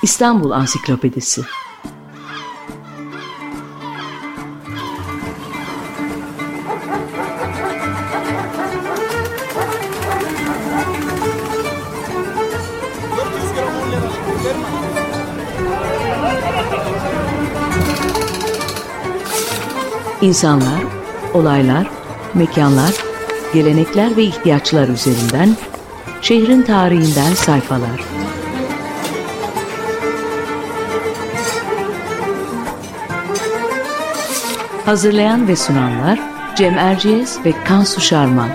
İstanbul Ansiklopedisi. İnsanlar, olaylar, mekanlar, gelenekler ve ihtiyaçlar üzerinden şehrin tarihinden sayfalar. Hazırlayan ve sunanlar Cem Erciyes ve Kansu Şarman.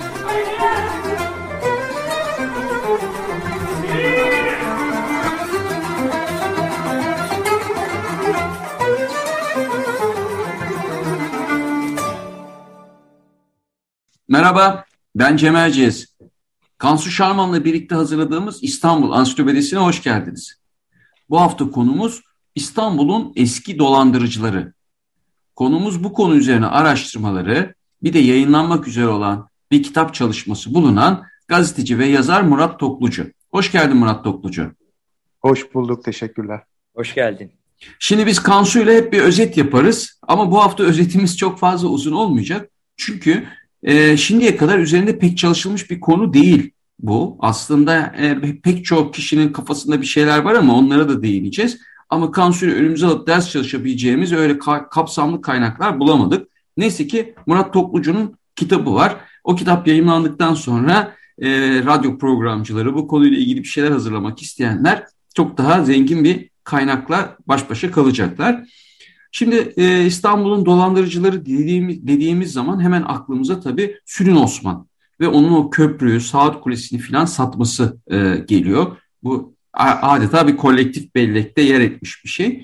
Merhaba, ben Cem Erciyes. Kansu Şarman'la birlikte hazırladığımız İstanbul Ansiklopedisi'ne hoş geldiniz. Bu hafta konumuz İstanbul'un eski dolandırıcıları. Konumuz bu konu üzerine araştırmaları, bir de yayınlanmak üzere olan bir kitap çalışması bulunan gazeteci ve yazar Murat Toklucu. Hoş geldin Murat Toklucu. Hoş bulduk, teşekkürler. Hoş geldin. Şimdi biz Kansu ile hep bir özet yaparız ama bu hafta özetimiz çok fazla uzun olmayacak. Çünkü şimdiye kadar üzerinde pek çalışılmış bir konu değil bu. Aslında pek çok kişinin kafasında bir şeyler var ama onlara da değineceğiz. Ama Kansu'yu önümüze alıp ders çalışabileceğimiz öyle kapsamlı kaynaklar bulamadık. Neyse ki Murat Toklucu'nun kitabı var. O kitap yayımlandıktan sonra radyo programcıları, bu konuyla ilgili bir şeyler hazırlamak isteyenler çok daha zengin bir kaynakla baş başa kalacaklar. Şimdi İstanbul'un dolandırıcıları dediğimiz zaman hemen aklımıza tabii Sülün Osman ve onun o köprüyü, Saat Kulesi'ni filan satması geliyor. Bu adeta bir kolektif bellekte yer etmiş bir şey.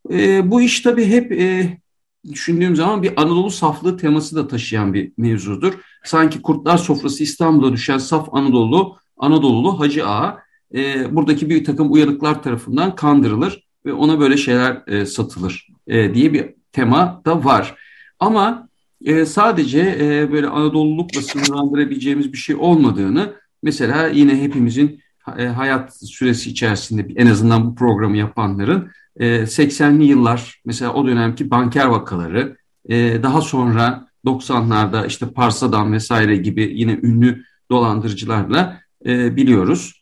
Bu iş tabii hep düşündüğüm zaman bir Anadolu saflığı teması da taşıyan bir mevzudur. Sanki kurtlar sofrası İstanbul'a düşen saf Anadolulu Hacı Ağa buradaki bir takım uyanıklar tarafından kandırılır ve ona böyle şeyler satılır diye bir tema da var. Ama sadece böyle Anadolulukla sınırlandırabileceğimiz bir şey olmadığını, mesela yine hepimizin hayat süresi içerisinde en azından bu programı yapanların 80'li yıllar mesela o dönemki banker vakaları, daha sonra 90'larda işte Parsa'dan vesaire gibi yine ünlü dolandırıcılarla biliyoruz.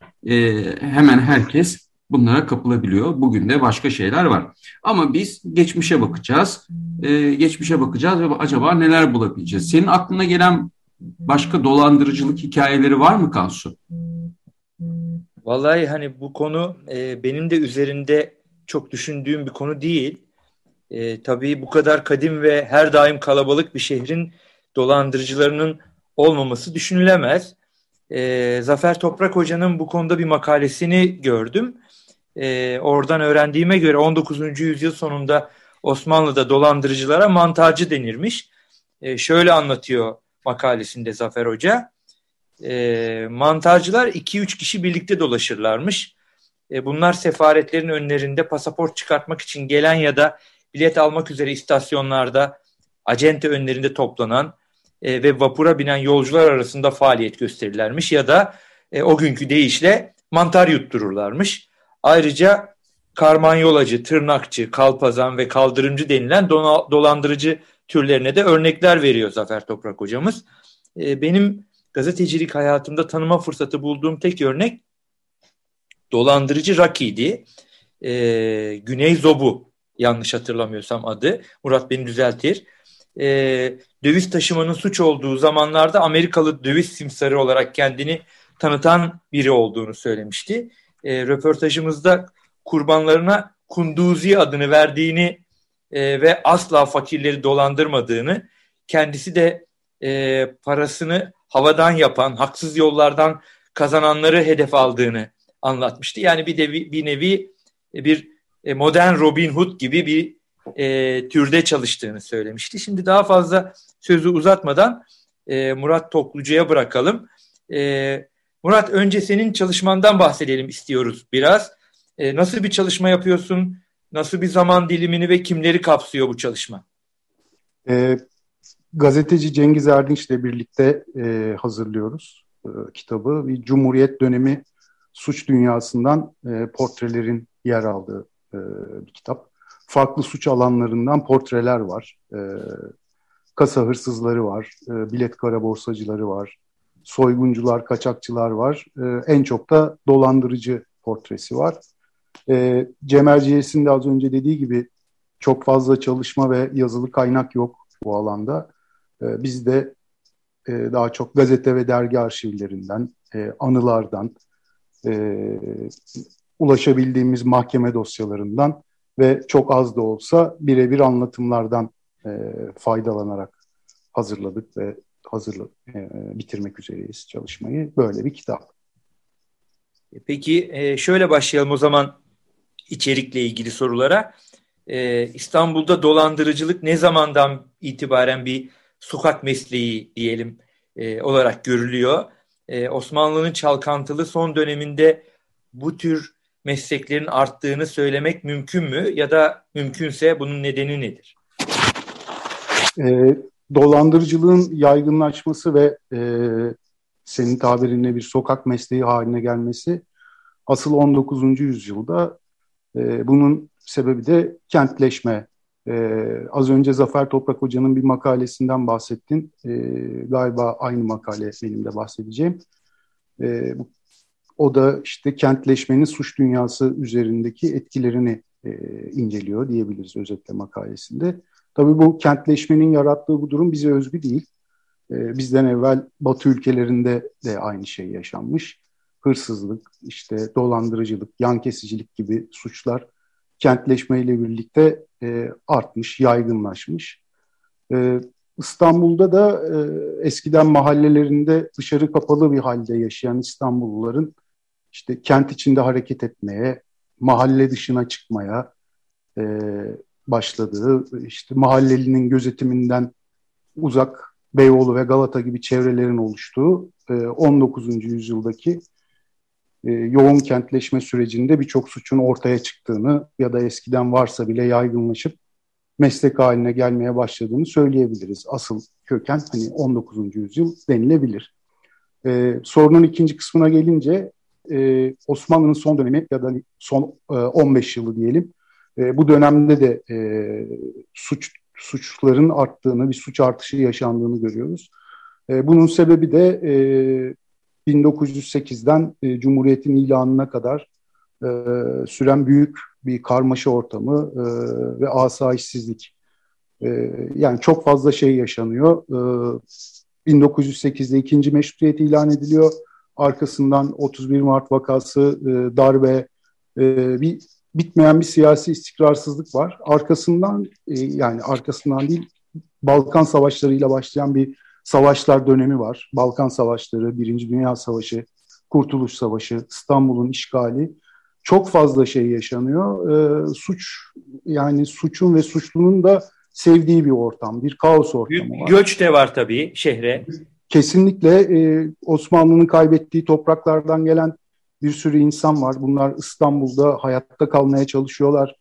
Hemen herkes bunlara kapılabiliyor. Bugün de başka şeyler var. Ama biz geçmişe bakacağız. Geçmişe bakacağız ve acaba neler bulabileceğiz? Senin aklına gelen başka dolandırıcılık hikayeleri var mı Kansu? Vallahi hani bu konu benim de üzerinde çok düşündüğüm bir konu değil. Tabii bu kadar kadim ve her daim kalabalık bir şehrin dolandırıcılarının olmaması düşünülemez. Zafer Toprak Hoca'nın bu konuda bir makalesini gördüm. Oradan öğrendiğime göre 19. yüzyıl sonunda Osmanlı'da dolandırıcılara mantarcı denirmiş. Şöyle anlatıyor makalesinde Zafer Hoca. Mantarcılar 2-3 kişi birlikte dolaşırlarmış. Bunlar sefaretlerin önlerinde pasaport çıkartmak için gelen ya da bilet almak üzere istasyonlarda acente önlerinde toplanan ve vapura binen yolcular arasında faaliyet gösterirlermiş ya da o günkü deyişle mantar yuttururlarmış. Ayrıca karmanyolacı, tırnakçı, kalpazan ve kaldırımcı denilen dolandırıcı türlerine de örnekler veriyor Zafer Toprak hocamız. Benim gazetecilik hayatımda tanıma fırsatı bulduğum tek örnek dolandırıcı Rocky'di. Güney Zobu, yanlış hatırlamıyorsam adı. Murat beni düzeltir. Döviz taşımanın suç olduğu zamanlarda Amerikalı döviz simsarı olarak kendini tanıtan biri olduğunu söylemişti. Röportajımızda kurbanlarına Kunduzi adını verdiğini ve asla fakirleri dolandırmadığını, kendisi de parasını havadan yapan, haksız yollardan kazananları hedef aldığını anlatmıştı. Yani bir nevi modern Robin Hood gibi bir türde çalıştığını söylemişti. Şimdi daha fazla sözü uzatmadan Murat Toklucu'ya bırakalım. Murat, önce senin çalışmandan bahsedelim istiyoruz biraz. Nasıl bir çalışma yapıyorsun? Nasıl bir zaman dilimini ve kimleri kapsıyor bu çalışma? Gazeteci Cengiz Erdinç'le birlikte hazırlıyoruz kitabı. Bir Cumhuriyet dönemi suç dünyasından portrelerin yer aldığı bir kitap. Farklı suç alanlarından portreler var. Kasa hırsızları var, bilet kara borsacıları var, soyguncular, kaçakçılar var. En çok da dolandırıcı portresi var. Cem Erciyes'in de az önce dediği gibi çok fazla çalışma ve yazılı kaynak yok bu alanda. Biz de daha çok gazete ve dergi arşivlerinden, anılardan, ulaşabildiğimiz mahkeme dosyalarından ve çok az da olsa birebir anlatımlardan faydalanarak hazırladık ve bitirmek üzereyiz çalışmayı. Böyle bir kitap. Peki şöyle başlayalım o zaman içerikle ilgili sorulara. İstanbul'da dolandırıcılık ne zamandan itibaren bir sokak mesleği diyelim olarak görülüyor? Osmanlı'nın çalkantılı son döneminde bu tür mesleklerin arttığını söylemek mümkün mü? Ya da mümkünse bunun nedeni nedir? Dolandırıcılığın yaygınlaşması ve senin tabirinle bir sokak mesleği haline gelmesi asıl 19. yüzyılda. Bunun sebebi de kentleşme. Az önce Zafer Toprak Hoca'nın bir makalesinden bahsettin. Galiba aynı makale benim de bahsedeceğim. O da işte kentleşmenin suç dünyası üzerindeki etkilerini inceliyor diyebiliriz özetle makalesinde. Tabii bu kentleşmenin yarattığı bu durum bize özgü değil. Bizden evvel Batı ülkelerinde de aynı şey yaşanmış. Hırsızlık, işte dolandırıcılık, yan kesicilik gibi suçlar kentleşmeyle birlikte artmış, yaygınlaşmış. İstanbul'da da eskiden mahallelerinde dışarı kapalı bir halde yaşayan İstanbulluların işte kent içinde hareket etmeye, mahalle dışına çıkmaya başladığı, işte mahallelinin gözetiminden uzak Beyoğlu ve Galata gibi çevrelerin oluştuğu 19. yüzyıldaki yoğun kentleşme sürecinde birçok suçun ortaya çıktığını ya da eskiden varsa bile yaygınlaşıp meslek haline gelmeye başladığını söyleyebiliriz. Asıl köken hani 19. yüzyıl denilebilir. Sorunun ikinci kısmına gelince Osmanlı'nın son dönemi ya da son 15 yılı diyelim. Bu dönemde de suçların arttığını, bir suç artışı yaşandığını görüyoruz. Bunun sebebi de 1908'den Cumhuriyet'in ilanına kadar süren büyük bir karmaşa ortamı ve asayişsizlik. Yani çok fazla şey yaşanıyor. 1908'de ikinci meşrutiyet ilan ediliyor. Arkasından 31 Mart vakası, darbe, bir bitmeyen bir siyasi istikrarsızlık var. Arkasından yani arkasından değil, Balkan Savaşları'yla başlayan bir savaşlar dönemi var. Balkan Savaşları, Birinci Dünya Savaşı, Kurtuluş Savaşı, İstanbul'un işgali. Çok fazla şey yaşanıyor. Yani suçun ve suçlunun da sevdiği bir ortam, bir kaos ortamı var. Göç de var tabii şehre. Kesinlikle Osmanlı'nın kaybettiği topraklardan gelen bir sürü insan var. Bunlar İstanbul'da hayatta kalmaya çalışıyorlar.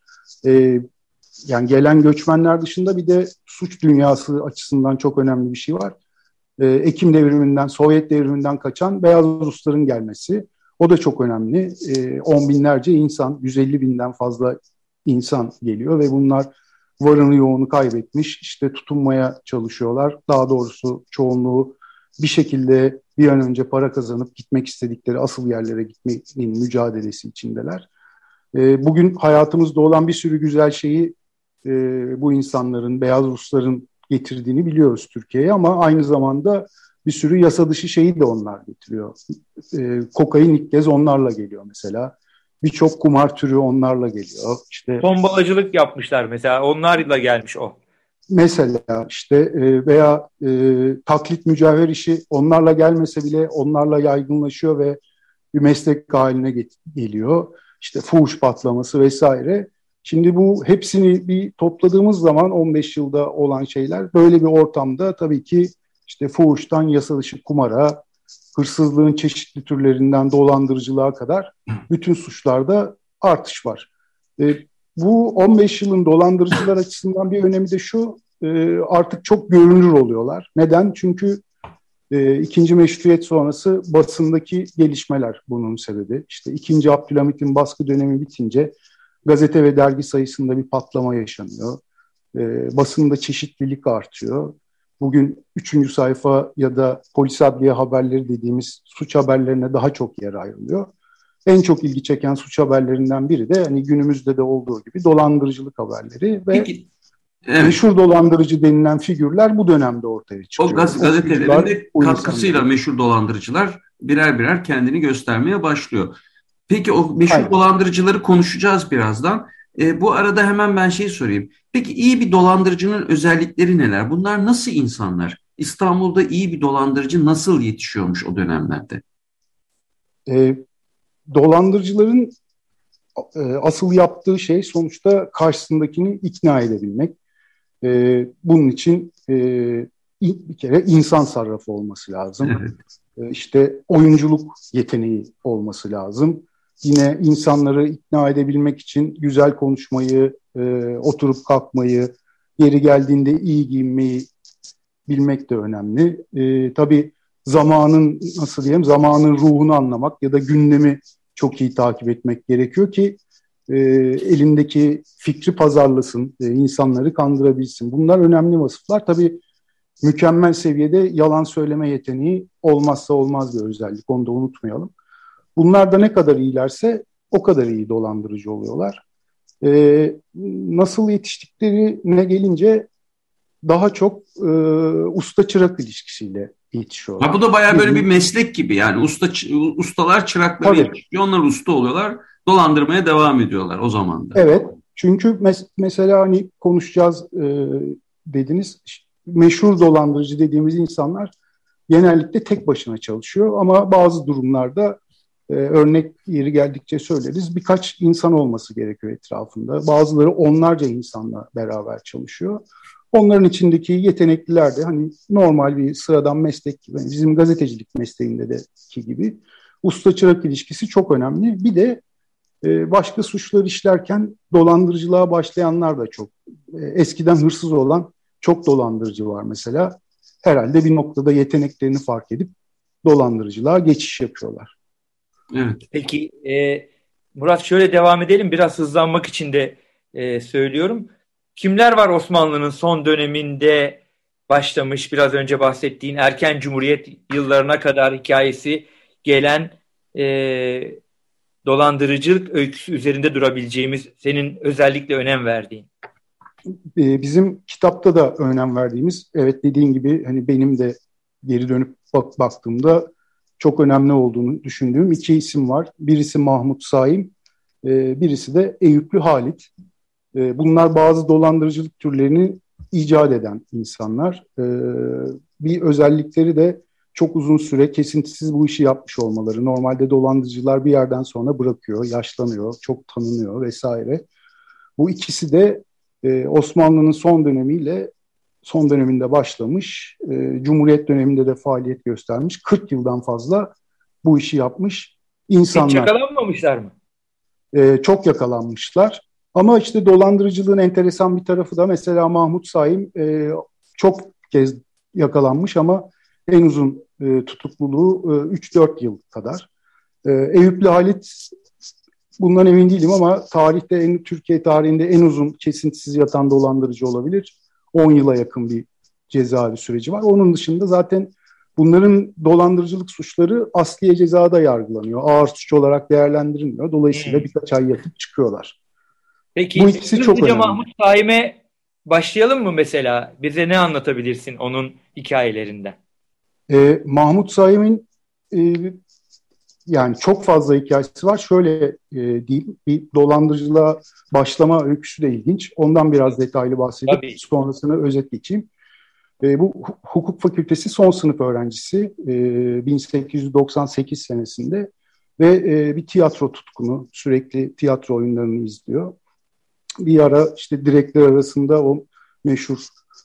Yani gelen göçmenler dışında bir de suç dünyası açısından çok önemli bir şey var. Ekim devriminden, Sovyet devriminden kaçan beyaz Rusların gelmesi. O da çok önemli. 10 binlerce insan, 150 binden fazla insan geliyor ve bunlar varını yoğunu kaybetmiş, işte tutunmaya çalışıyorlar. Daha doğrusu çoğunluğu bir şekilde bir an önce para kazanıp gitmek istedikleri asıl yerlere gitmenin mücadelesi içindeler. Bugün hayatımızda olan bir sürü güzel şeyi bu insanların, beyaz Rusların getirdiğini biliyoruz Türkiye'ye ama aynı zamanda bir sürü yasa dışı şeyi de onlar getiriyor. Kokain ilk kez onlarla geliyor mesela. Birçok kumar türü onlarla geliyor. İşte tombalacılık yapmışlar mesela, onlarla gelmiş o. Mesela işte veya taklit mücevher işi onlarla gelmese bile onlarla yaygınlaşıyor ve bir meslek haline geliyor. İşte fuhuş patlaması vesaire. Şimdi bu hepsini bir topladığımız zaman 15 yılda olan şeyler böyle bir ortamda tabii ki işte fuhuştan yasa dışı kumara, hırsızlığın çeşitli türlerinden dolandırıcılığa kadar bütün suçlarda artış var. Bu 15 yılın dolandırıcılar açısından bir önemi de şu, artık çok görünür oluyorlar. Neden? Çünkü ikinci meşrutiyet sonrası basındaki gelişmeler bunun sebebi. İşte 2. Abdülhamit'in baskı dönemi bitince Gazete ve dergi sayısında bir patlama yaşanıyor. Basında çeşitlilik artıyor. Bugün 3. sayfa ya da polis adliye haberleri dediğimiz suç haberlerine daha çok yer ayrılıyor. En çok ilgi çeken suç haberlerinden biri de hani günümüzde de olduğu gibi dolandırıcılık haberleri ve Peki, evet. Meşhur dolandırıcı denilen figürler bu dönemde ortaya çıkıyor. O gazetelerin de katkısıyla meşhur dolandırıcılar birer birer kendini göstermeye başlıyor. Peki o meşhur dolandırıcıları konuşacağız birazdan. Bu arada hemen ben sorayım. Peki iyi bir dolandırıcının özellikleri neler? Bunlar nasıl insanlar? İstanbul'da iyi bir dolandırıcı nasıl yetişiyormuş o dönemlerde? Dolandırıcıların asıl yaptığı şey sonuçta karşısındakini ikna edebilmek. Bunun için bir kere insan sarrafı olması lazım. Evet. İşte oyunculuk yeteneği olması lazım. Yine insanları ikna edebilmek için güzel konuşmayı, oturup kalkmayı, yeri geldiğinde iyi giyinmeyi bilmek de önemli. Tabii zamanın zamanın ruhunu anlamak ya da gündemi çok iyi takip etmek gerekiyor ki elindeki fikri pazarlasın, insanları kandırabilsin. Bunlar önemli vasıflar. Tabii mükemmel seviyede yalan söyleme yeteneği olmazsa olmaz bir özellik. Onu da unutmayalım. Bunlar da ne kadar iyilerse o kadar iyi dolandırıcı oluyorlar. Nasıl yetiştiklerine gelince daha çok usta çırak ilişkisiyle yetişiyorlar. Bu da bayağı böyle bir meslek gibi yani ustalar çırakları yetişiyor. Onlar usta oluyorlar. Dolandırmaya devam ediyorlar o zaman da. Evet. Çünkü mesela hani konuşacağız dediniz. Meşhur dolandırıcı dediğimiz insanlar genellikle tek başına çalışıyor ama bazı durumlarda örnek yeri geldikçe söyleriz. Birkaç insan olması gerekiyor etrafında. Bazıları onlarca insanla beraber çalışıyor. Onların içindeki yetenekliler de hani normal bir sıradan meslek gibi, bizim gazetecilik mesleğinde de gibi usta çırak ilişkisi çok önemli. Bir de başka suçlar işlerken dolandırıcılığa başlayanlar da çok. Eskiden hırsız olan çok dolandırıcı var mesela. Herhalde bir noktada yeteneklerini fark edip dolandırıcılığa geçiş yapıyorlar. Evet. Peki Murat şöyle devam edelim. Biraz hızlanmak için de söylüyorum. Kimler var Osmanlı'nın son döneminde başlamış, biraz önce bahsettiğin erken Cumhuriyet yıllarına kadar hikayesi gelen dolandırıcılık öyküsü üzerinde durabileceğimiz, senin özellikle önem verdiğin? Bizim kitapta da önem verdiğimiz, evet dediğin gibi hani benim de geri dönüp baktığımda çok önemli olduğunu düşündüğüm iki isim var. Birisi Mahmut Saim, birisi de Eyüplü Halit. Bunlar bazı dolandırıcılık türlerini icat eden insanlar. Bir özellikleri de çok uzun süre kesintisiz bu işi yapmış olmaları. Normalde dolandırıcılar bir yerden sonra bırakıyor, yaşlanıyor, çok tanınıyor vesaire. Bu ikisi de Osmanlı'nın son döneminde başlamış, Cumhuriyet döneminde de faaliyet göstermiş, 40 yıldan fazla bu işi yapmış insanlar. Hiç yakalanmamışlar mı? Çok yakalanmışlar. Ama işte dolandırıcılığın enteresan bir tarafı da mesela Mahmut Saim çok kez yakalanmış ama en uzun tutukluluğu 3-4 yıl kadar. Eyüplü Halit bundan emin değilim ama Türkiye tarihinde en uzun kesintisiz yatan dolandırıcı olabilir. 10 yıla yakın bir cezaevi süreci var. Onun dışında zaten bunların dolandırıcılık suçları asliye cezada yargılanıyor. Ağır suç olarak değerlendirilmiyor. Dolayısıyla birkaç ay yatıp çıkıyorlar. Peki bu ikisi çok önemli. Mahmut Saim'e başlayalım mı mesela? Bize ne anlatabilirsin onun hikayelerinden? Mahmut Saim'in yani çok fazla hikayesi var. Şöyle diyeyim, bir dolandırıcılığa başlama öyküsü de ilginç. Ondan biraz detaylı bahsedip sonrasını özet geçeyim. Bu hukuk fakültesi son sınıf öğrencisi 1898 senesinde ve bir tiyatro tutkunu, sürekli tiyatro oyunlarını izliyor. Bir ara işte direkler arasında o meşhur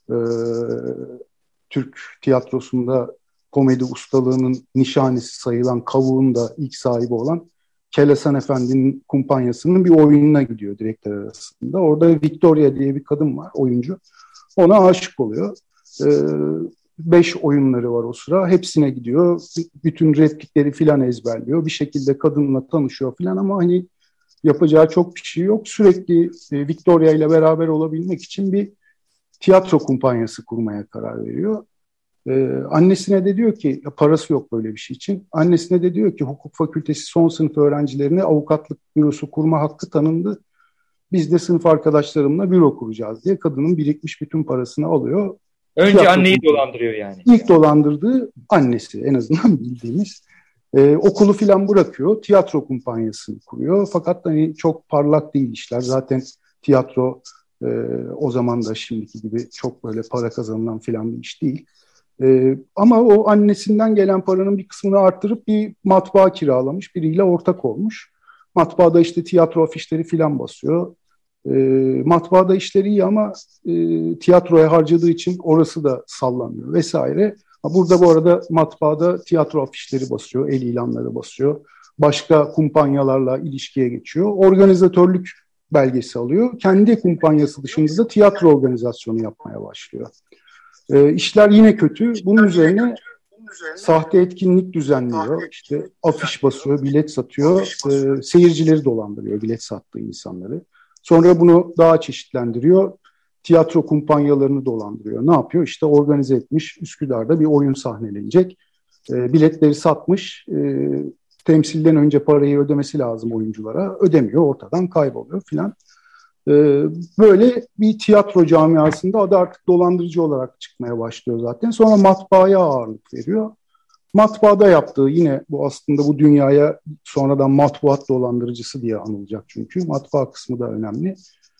Türk tiyatrosunda komedi ustalığının nişanesi sayılan Kavuğun da ilk sahibi olan Kelesan Efendi'nin kumpanyasının bir oyununa gidiyor direkler arasında. Orada Victoria diye bir kadın var, oyuncu. Ona aşık oluyor. 5 oyunları var o sıra. Hepsine gidiyor. Bütün replikleri filan ezberliyor. Bir şekilde kadınla tanışıyor filan ama hani Yapacağı çok bir şey yok. Sürekli Victoria ile beraber olabilmek için bir tiyatro kumpanyası kurmaya karar veriyor. Annesine de diyor ki, parası yok böyle bir şey için. Annesine de diyor ki, hukuk fakültesi son sınıf öğrencilerine avukatlık bürosu kurma hakkı tanındı. Biz de sınıf arkadaşlarımla büro kuracağız diye kadının birikmiş bütün parasını alıyor. Önce anneyi dolandırıyor yani. İlk dolandırdığı annesi, en azından bildiğimiz. Okulu filan bırakıyor, tiyatro kumpanyasını kuruyor. Fakat hani çok parlak değil işler. Zaten tiyatro o zaman da şimdiki gibi çok böyle para kazanılan filan bir iş değil. Ama o annesinden gelen paranın bir kısmını arttırıp bir matbaa kiralamış, biriyle ortak olmuş. Matbaada işte tiyatro afişleri filan basıyor. Matbaada işleri iyi ama tiyatroya harcadığı için orası da sallanıyor vesaire. Burada bu arada matbaada tiyatro afişleri basıyor, el ilanları basıyor. Başka kumpanyalarla ilişkiye geçiyor. Organizatörlük belgesi alıyor. Kendi kumpanyası dışında da tiyatro organizasyonu yapmaya başlıyor. İşler yine kötü. Bunun üzerine sahte etkinlik düzenliyor. İşte afiş basıyor, bilet satıyor. Seyircileri dolandırıyor, bilet sattığı insanları. Sonra bunu daha çeşitlendiriyor. Tiyatro kumpanyalarını dolandırıyor. Ne yapıyor? İşte organize etmiş. Üsküdar'da bir oyun sahnelenecek. Biletleri satmış. Temsilden önce parayı ödemesi lazım oyunculara. Ödemiyor, ortadan kayboluyor filan. Böyle bir tiyatro camiasında adı artık dolandırıcı olarak çıkmaya başlıyor zaten. Sonra matbaaya ağırlık veriyor. Matbaada yaptığı yine bu aslında bu dünyaya sonradan matbuat dolandırıcısı diye anılacak çünkü. Matbaa kısmı da önemli.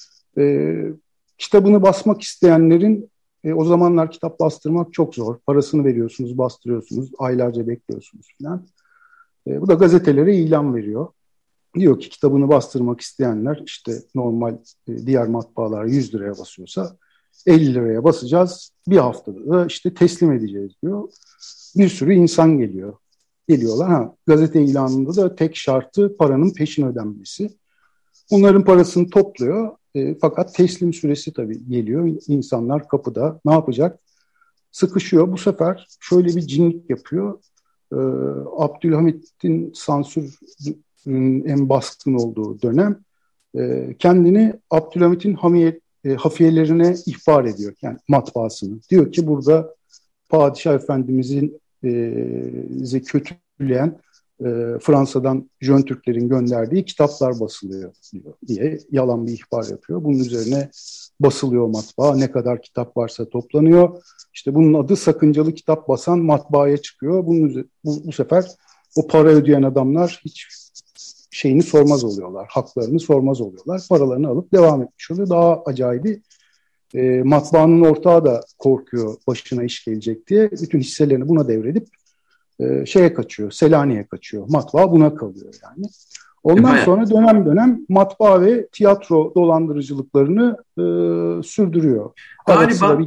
Kitabını basmak isteyenlerin o zamanlar kitap bastırmak çok zor. Parasını veriyorsunuz, bastırıyorsunuz, aylarca bekliyorsunuz falan. Bu da gazetelere ilan veriyor. Diyor ki kitabını bastırmak isteyenler işte normal diğer matbaalar 100 liraya basıyorsa 50 liraya basacağız. Bir haftada da işte teslim edeceğiz diyor. Bir sürü insan geliyorlar. Gazete ilanında da tek şartı paranın peşin ödenmesi. Bunların parasını topluyor. Fakat teslim süresi tabii geliyor. İnsanlar kapıda. Ne yapacak? Sıkışıyor. Bu sefer şöyle bir cinlik yapıyor. Abdülhamit'in sansürün en baskın olduğu dönem kendini Abdülhamit'in hafiyelerine ihbar ediyor. Yani matbaasını. Diyor ki burada Padişah Efendimizin kötüleyen Fransa'dan Jön Türklerin gönderdiği kitaplar basılıyor diye yalan bir ihbar yapıyor. Bunun üzerine basılıyor matbaa. Ne kadar kitap varsa toplanıyor. İşte bunun adı sakıncalı kitap basan matbaaya çıkıyor. Bu sefer o para ödeyen adamlar hiç şeyini sormaz oluyorlar. Haklarını sormaz oluyorlar. Paralarını alıp devam etmiş oluyor. Daha acayibi matbaanın ortağı da korkuyor başına iş gelecek diye. Bütün hisselerini buna devredip şeye kaçıyor, Selanik'e kaçıyor. Matbaa buna kalıyor yani. Ondan sonra dönem dönem matbaa ve tiyatro dolandırıcılıklarını sürdürüyor. Galiba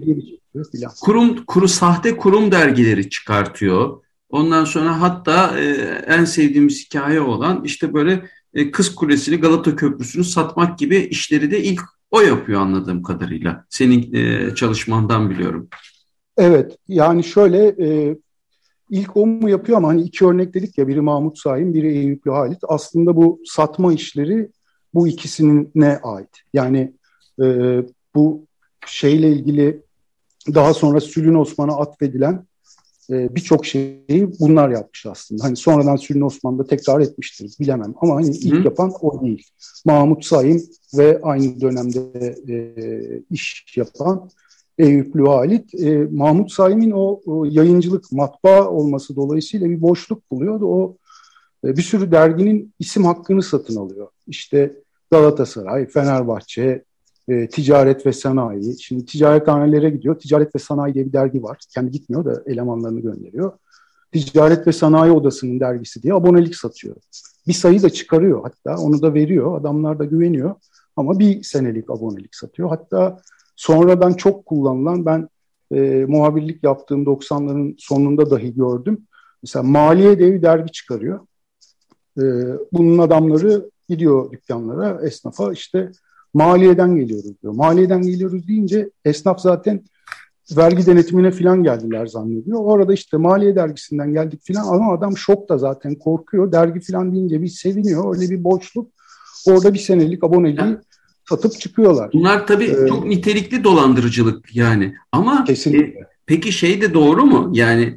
sahte kurum dergileri çıkartıyor. Ondan sonra hatta en sevdiğimiz hikaye olan işte böyle Kız Kulesi'ni, Galata Köprüsü'nü satmak gibi işleri de ilk o yapıyor anladığım kadarıyla. Senin çalışmandan biliyorum. Evet, yani şöyle ilk o mu yapıyor ama hani iki örnek dedik ya, biri Mahmut Saim, biri Eyüplü Halit. Aslında bu satma işleri bu ikisine ait. Yani bu şeyle ilgili daha sonra Sülün Osman'a atfedilen birçok şeyi bunlar yapmış aslında. Hani sonradan Sülün Osman da tekrar etmiştir, bilemem. Ama hani ilk yapan o değil. Mahmut Saim ve aynı dönemde iş yapan Eyüplü Halit. Mahmut Saim'in o yayıncılık, matbaa olması dolayısıyla bir boşluk buluyor. O bir sürü derginin isim hakkını satın alıyor. İşte Galatasaray, Fenerbahçe, Ticaret ve Sanayi. Şimdi ticarethanelere gidiyor. Ticaret ve Sanayi diye bir dergi var. Kendi gitmiyor da elemanlarını gönderiyor. Ticaret ve Sanayi Odası'nın dergisi diye abonelik satıyor. Bir sayı da çıkarıyor, hatta onu da veriyor. Adamlar da güveniyor ama bir senelik abonelik satıyor. Hatta sonradan çok kullanılan, ben muhabirlik yaptığım 90'ların sonunda dahi gördüm. Mesela Maliye diye bir dergi çıkarıyor. Bunun adamları gidiyor dükkanlara, esnafa, işte maliyeden geliyoruz diyor. Maliyeden geliyoruz deyince esnaf zaten vergi denetimine falan geldiler zannediyor. Orada işte Maliye dergisinden geldik falan ama adam şokta zaten, korkuyor. Dergi falan deyince bir seviniyor. Öyle bir boşluk. Orada bir senelik aboneliği satıp çıkıyorlar. Bunlar tabii çok nitelikli dolandırıcılık yani. Ama peki şey de doğru mu? Yani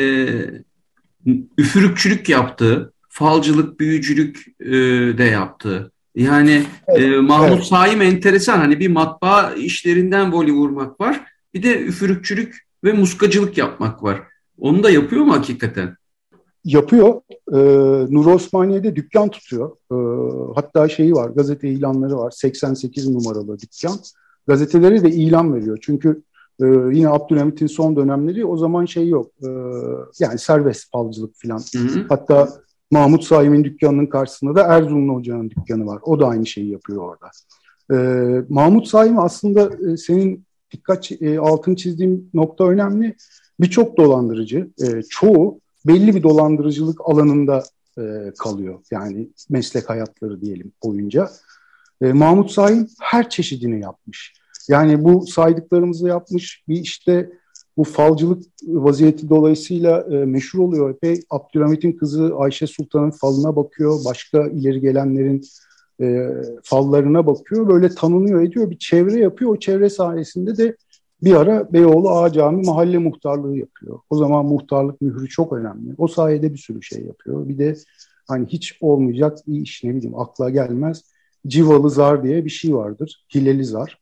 üfürükçülük yaptı, falcılık, büyücülük de yaptı. Yani Mahmut Saim enteresan. Hani bir matbaa işlerinden voli vurmak var. Bir de üfürükçülük ve muskacılık yapmak var. Onu da yapıyor mu hakikaten? Yapıyor. Nur Osmaniye'de dükkan tutuyor. Hatta şeyi var, gazete ilanları var. 88 numaralı dükkan. Gazetelere de ilan veriyor. Çünkü yine Abdülhamit'in son dönemleri o zaman şey yok. Yani serbest falcılık falan. Hatta Mahmut Saim'in dükkanının karşısında da Erzurumlu Hoca'nın dükkanı var. O da aynı şeyi yapıyor orada. Mahmut Saim aslında senin altını çizdiğin nokta önemli. Birçok dolandırıcı, çoğu belli bir dolandırıcılık alanında kalıyor. Yani meslek hayatları diyelim boyunca. Mahmut Saim her çeşidini yapmış. Yani bu saydıklarımızı yapmış. Bir işte bu falcılık vaziyeti dolayısıyla meşhur oluyor. Epey Abdülhamit'in kızı Ayşe Sultan'ın falına bakıyor. Başka ileri gelenlerin fallarına bakıyor. Böyle tanınıyor ediyor. Bir çevre yapıyor. O çevre sayesinde de bir ara Beyoğlu Ağa Camii mahalle muhtarlığı yapıyor. O zaman muhtarlık mührü çok önemli. O sayede bir sürü şey yapıyor. Bir de hani hiç olmayacak bir iş, ne bileyim akla gelmez. Civalı zar diye bir şey vardır. Hileli zar.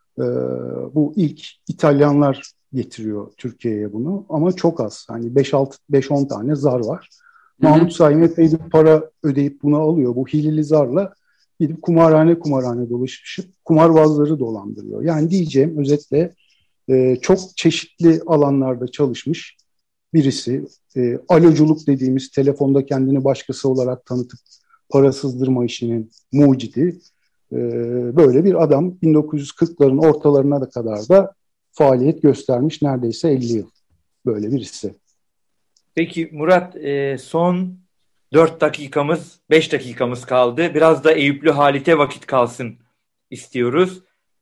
Bu ilk İtalyanlar getiriyor Türkiye'ye bunu. Ama çok az. Hani 5-10 tane zar var. Mahmut Saim epey bir para ödeyip bunu alıyor. Bu hileli zarla gidip kumarhane dolaşıp kumarbazları dolandırıyor. Yani diyeceğim özetle çok çeşitli alanlarda çalışmış birisi. Aloculuk dediğimiz telefonda kendini başkası olarak tanıtıp para sızdırma işinin mucidi. Böyle bir adam 1940'ların ortalarına da kadar da faaliyet göstermiş, neredeyse 50 yıl. Böyle birisi. Peki Murat, son 4 dakikamız, 5 dakikamız kaldı. Biraz da Eyüplü Halit'e vakit kalsın istiyoruz.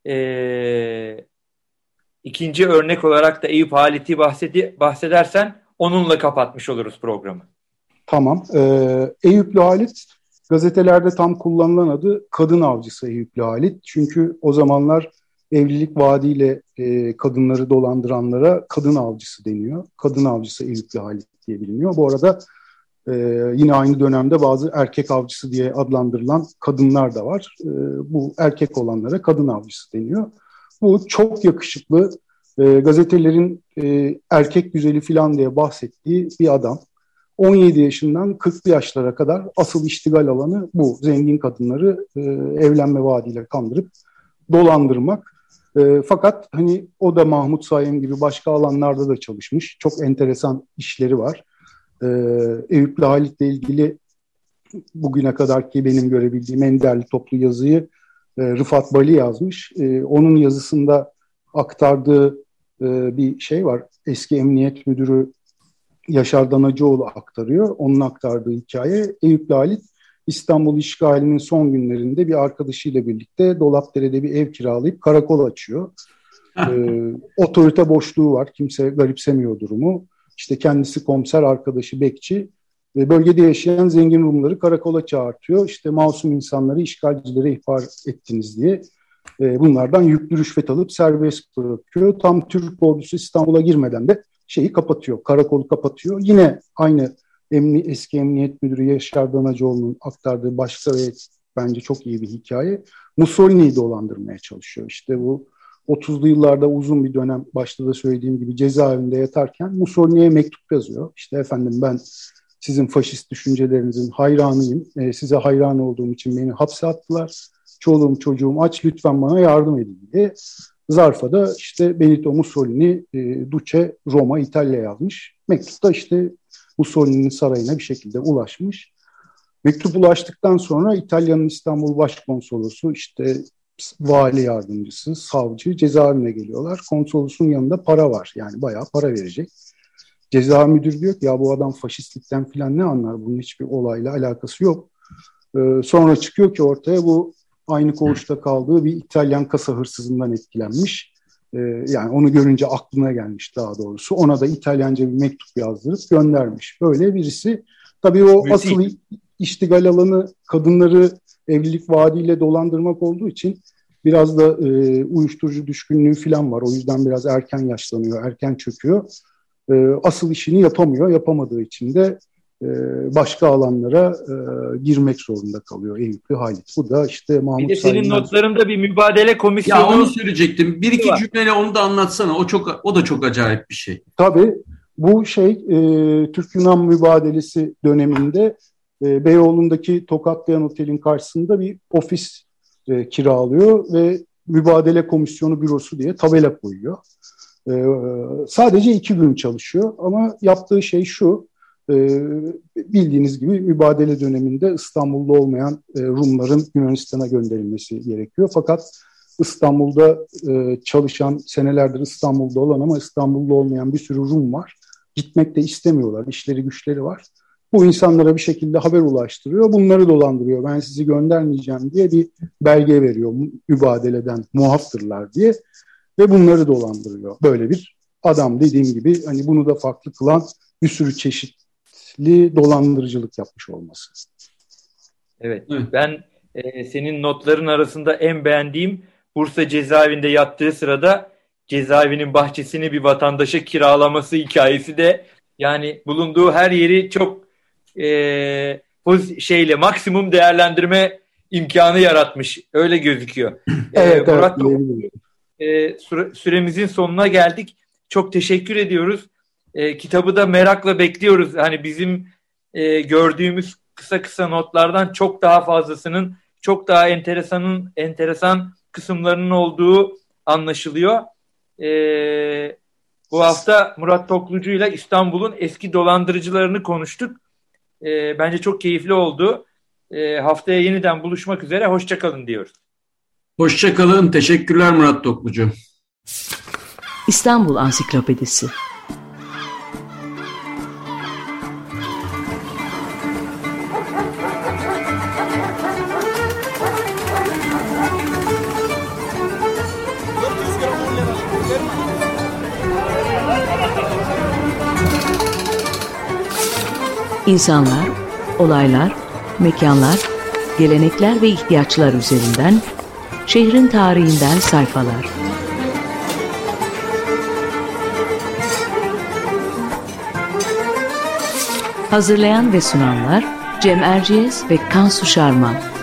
İkinci örnek olarak da Eyüp Halit'i bahsedersen onunla kapatmış oluruz programı. Tamam. Eyüplü Halit gazetelerde tam kullanılan adı kadın avcısı Eyüplü Halit. Çünkü o zamanlar evlilik vaadiyle kadınları dolandıranlara kadın avcısı deniyor. Kadın avcısı Eyüplü Halit diye biliniyor. Bu arada yine aynı dönemde bazı erkek avcısı diye adlandırılan kadınlar da var. Bu erkek olanlara kadın avcısı deniyor. Bu çok yakışıklı, gazetelerin erkek güzeli falan diye bahsettiği bir adam. 17 yaşından 40'lı yaşlara kadar asıl iştigal alanı bu. Zengin kadınları evlenme vaadiyle kandırıp dolandırmak. Fakat hani o da Mahmut Saim gibi başka alanlarda da çalışmış. Çok enteresan işleri var. Eyüplü Halit'le ilgili bugüne kadarki benim görebildiğim en değerli toplu yazıyı Rıfat Bali yazmış. Onun yazısında aktardığı bir şey var. Eski Emniyet Müdürü Yaşar Danacıoğlu aktarıyor. Onun aktardığı hikaye, Eyüplü Halit İstanbul işgalinin son günlerinde bir arkadaşıyla birlikte Dolapdere'de bir ev kiralayıp karakol açıyor. Otorite boşluğu var. Kimse garipsemiyor durumu. İşte kendisi komiser, arkadaşı bekçi. Bölgede yaşayan zengin Rumları karakola çağırtıyor. İşte masum insanları işgalcilere ihbar ettiniz diye. Bunlardan yüklü rüşvet alıp serbest bırakıyor. Tam Türk ordusu İstanbul'a girmeden de şeyi kapatıyor, karakolu kapatıyor. Yine aynı eski Emniyet Müdürü Yaşar Danacıoğlu'nun aktardığı başka ve bence çok iyi bir hikaye. Mussolini'yi dolandırmaya çalışıyor. İşte bu 30'lu yıllarda uzun bir dönem, başta da söylediğim gibi cezaevinde yatarken Mussolini'ye mektup yazıyor. İşte efendim ben sizin faşist düşüncelerinizin hayranıyım. Size hayran olduğum için beni hapse attılar. Çoluğum çocuğum aç, lütfen bana yardım edin diye. Zarfa da işte Benito Mussolini, Duce, Roma, İtalya yazmış. Mektup da işte Mussolini'nin sarayına bir şekilde ulaşmış. Mektup ulaştıktan sonra İtalya'nın İstanbul Başkonsolosu, işte vali yardımcısı, savcı cezaevine geliyorlar. Konsolosun yanında para var. Yani bayağı para verecek. Cezaevi müdürü diyor ki ya bu adam faşistlikten falan ne anlar? Bunun hiçbir olayla alakası yok. Sonra çıkıyor ki ortaya bu aynı koğuşta kaldığı bir İtalyan kasa hırsızından etkilenmiş. Yani onu görünce aklına gelmiş daha doğrusu. Ona da İtalyanca bir mektup yazdırıp göndermiş. Böyle birisi. Tabii o asıl iştigal alanı kadınları evlilik vaadiyle dolandırmak olduğu için biraz da uyuşturucu düşkünlüğü falan var. O yüzden biraz erken yaşlanıyor, erken çöküyor. Asıl işini yapamıyor. Yapamadığı için de başka alanlara girmek zorunda kalıyor Eyüplü Halit. Bu da işte Mahmut Bir de senin notlarında bir mübadele komisyonu. Ya onu söyleyecektim. Bir iki cümleyle onu da anlatsana. O da çok acayip bir şey. Tabii bu Türk-Yunan mübadelesi döneminde Beyoğlu'ndaki Tokatlayan Otel'in karşısında bir ofis kiralıyor ve mübadele komisyonu bürosu diye tabela koyuyor. Sadece 2 gün çalışıyor ama yaptığı şey şu: bildiğiniz gibi mübadele döneminde İstanbul'da olmayan Rumların Yunanistan'a gönderilmesi gerekiyor. Fakat İstanbul'da çalışan, senelerdir İstanbul'da olan ama İstanbul'da olmayan bir sürü Rum var. Gitmek de istemiyorlar, işleri güçleri var. Bu insanlara bir şekilde haber ulaştırıyor, bunları dolandırıyor. Ben sizi göndermeyeceğim diye bir belge veriyor, mübadeleden muaftırlar diye ve bunları dolandırıyor. Böyle bir adam, dediğim gibi hani bunu da farklı kılan bir sürü çeşitli dolandırıcılık yapmış olması. Evet, ben senin notların arasında en beğendiğim Bursa cezaevinde yattığı sırada cezaevinin bahçesini bir vatandaşa kiralaması hikayesi de, yani bulunduğu her yeri çok maksimum değerlendirme imkanı yaratmış. Öyle gözüküyor. Evet, Murat, süremizin sonuna geldik. Çok teşekkür ediyoruz. Kitabı da merakla bekliyoruz. Hani bizim gördüğümüz kısa notlardan çok daha fazlasının, çok daha enteresan kısımlarının olduğu anlaşılıyor. Bu hafta Murat Toklucu ile İstanbul'un eski dolandırıcılarını konuştuk. Bence çok keyifli oldu. Haftaya yeniden buluşmak üzere. Hoşça kalın diyoruz. Hoşça kalın. Teşekkürler Murat Toklucu. İstanbul Ansiklopedisi. İnsanlar, olaylar, mekanlar, gelenekler ve ihtiyaçlar üzerinden şehrin tarihinden sayfalar. Hazırlayan ve sunanlar Cem Erciyes ve Kansu Şarman.